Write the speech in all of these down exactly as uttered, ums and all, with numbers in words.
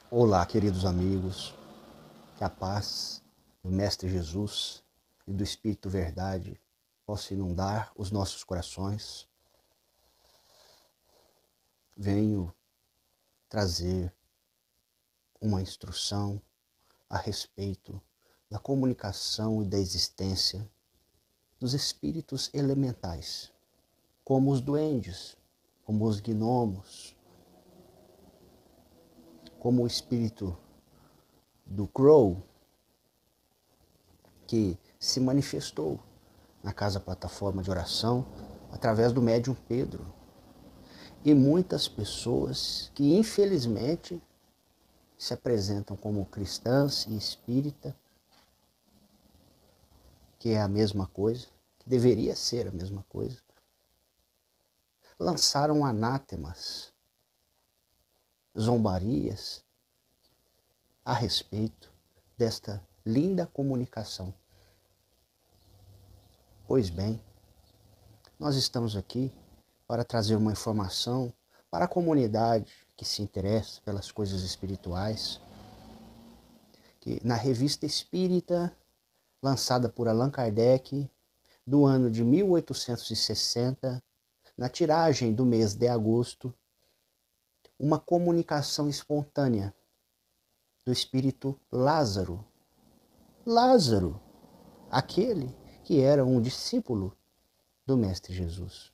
Olá, queridos amigos, que a paz do Mestre Jesus e do Espírito Verdade possa inundar os nossos corações. Venho trazer uma instrução a respeito da comunicação e da existência dos espíritos elementais, como os duendes, como os gnomos, como o espírito do Crow, que se manifestou na Casa Plataforma de Oração através do médium Pedro. E muitas pessoas que infelizmente se apresentam como cristãs e espírita, que é a mesma coisa, que deveria ser a mesma coisa, lançaram anátemas, zombarias a respeito desta linda comunicação. Pois bem, nós estamos aqui para trazer uma informação para a comunidade que se interessa pelas coisas espirituais, que na Revista Espírita, lançada por Allan Kardec, do ano de mil oitocentos e sessenta, na tiragem do mês de agosto, uma comunicação espontânea do espírito Lázaro. Lázaro, aquele que era um discípulo do Mestre Jesus,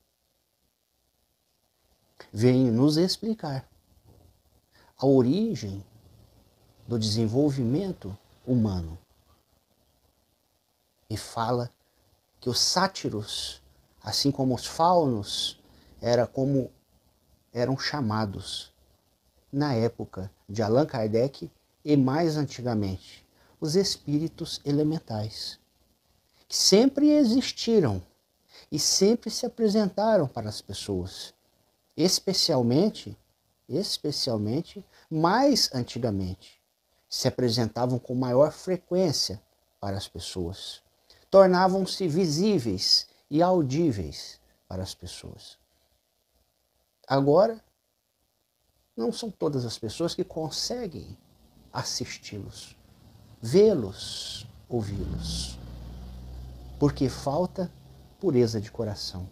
vem nos explicar a origem do desenvolvimento humano e fala que os sátiros, assim como os faunos, era como eram chamados na época de Allan Kardec e mais antigamente, os espíritos elementais, que sempre existiram e sempre se apresentaram para as pessoas, especialmente, especialmente mais antigamente, se apresentavam com maior frequência para as pessoas, tornavam-se visíveis e audíveis para as pessoas. Agora, não são todas as pessoas que conseguem assisti-los, vê-los, ouvi-los, porque falta pureza de coração.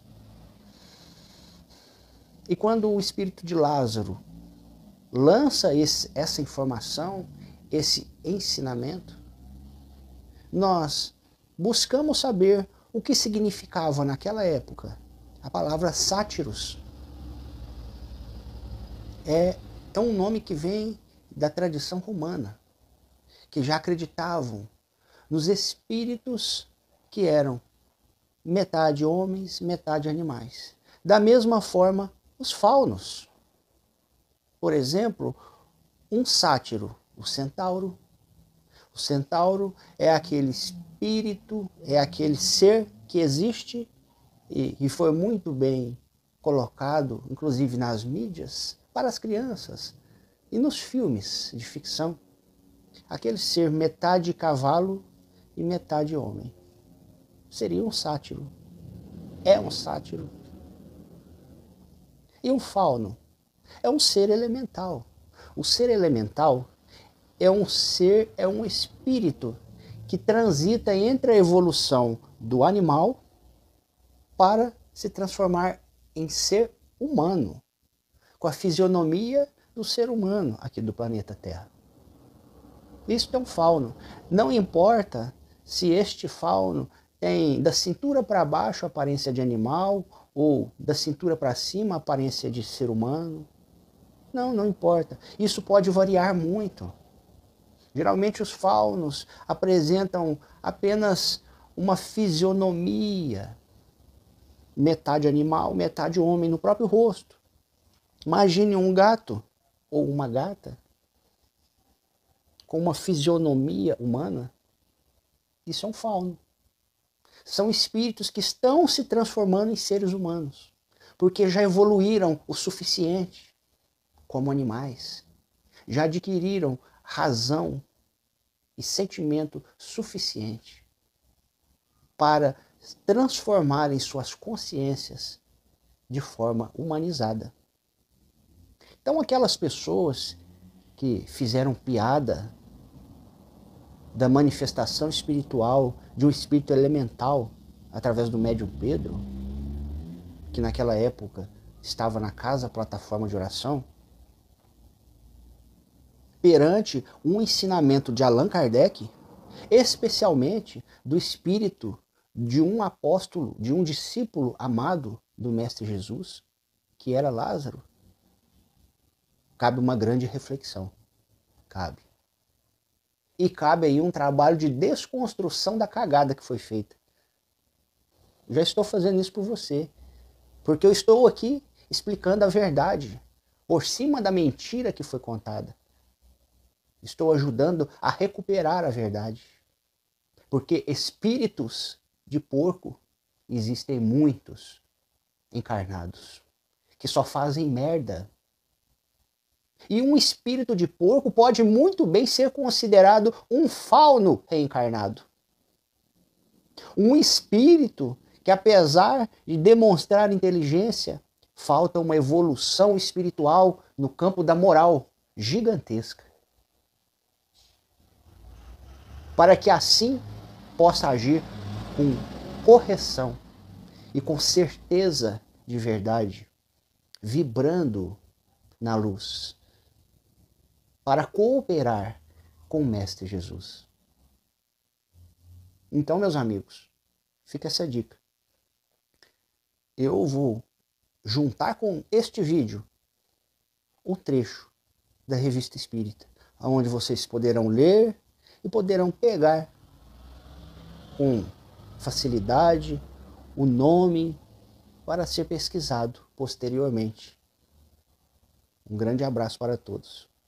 E quando o espírito de Lázaro lança esse, essa informação, esse ensinamento, nós buscamos saber o que significava naquela época a palavra sátiros. É, é um nome que vem da tradição romana, que já acreditavam nos espíritos que eram metade homens, metade animais. Da mesma forma, os faunos. Por exemplo, um sátiro, o centauro. O centauro é aquele espírito, é aquele ser que existe e, e foi muito bem colocado, inclusive nas mídias, para as crianças e nos filmes de ficção. Aquele ser metade cavalo e metade homem. Seria um sátiro. É um sátiro. E um fauno é um ser elemental. O ser elemental é um ser, é um espírito que transita entre a evolução do animal para se transformar em ser humano, com a fisionomia do ser humano aqui do planeta Terra. Isso é um fauno. Não importa se este fauno tem da cintura para baixo a aparência de animal ou da cintura para cima a aparência de ser humano. Não, não importa. Isso pode variar muito. Geralmente os faunos apresentam apenas uma fisionomia, metade animal, metade homem no próprio rosto. Imagine um gato ou uma gata com uma fisionomia humana. Isso é um fauno. São espíritos que estão se transformando em seres humanos, porque já evoluíram o suficiente como animais, já adquiriram razão e sentimento suficiente para transformarem suas consciências de forma humanizada. Então aquelas pessoas que fizeram piada da manifestação espiritual de um espírito elemental através do médium Pedro, que naquela época estava na casa plataforma de oração, perante um ensinamento de Allan Kardec, especialmente do espírito de um apóstolo, de um discípulo amado do Mestre Jesus, que era Lázaro, cabe uma grande reflexão. Cabe. E cabe aí um trabalho de desconstrução da cagada que foi feita. Já estou fazendo isso por você, porque eu estou aqui explicando a verdade, por cima da mentira que foi contada. Estou ajudando a recuperar a verdade. Porque espíritos de porco existem muitos encarnados, que só fazem merda. E um espírito de porco pode muito bem ser considerado um fauno reencarnado. Um espírito que, apesar de demonstrar inteligência, falta uma evolução espiritual no campo da moral gigantesca. Para que assim possa agir com correção e com certeza de verdade, vibrando na luz, para cooperar com o Mestre Jesus. Então, meus amigos, fica essa dica. Eu vou juntar com este vídeo o trecho da Revista Espírita, onde vocês poderão ler e poderão pegar com facilidade o nome para ser pesquisado posteriormente. Um grande abraço para todos.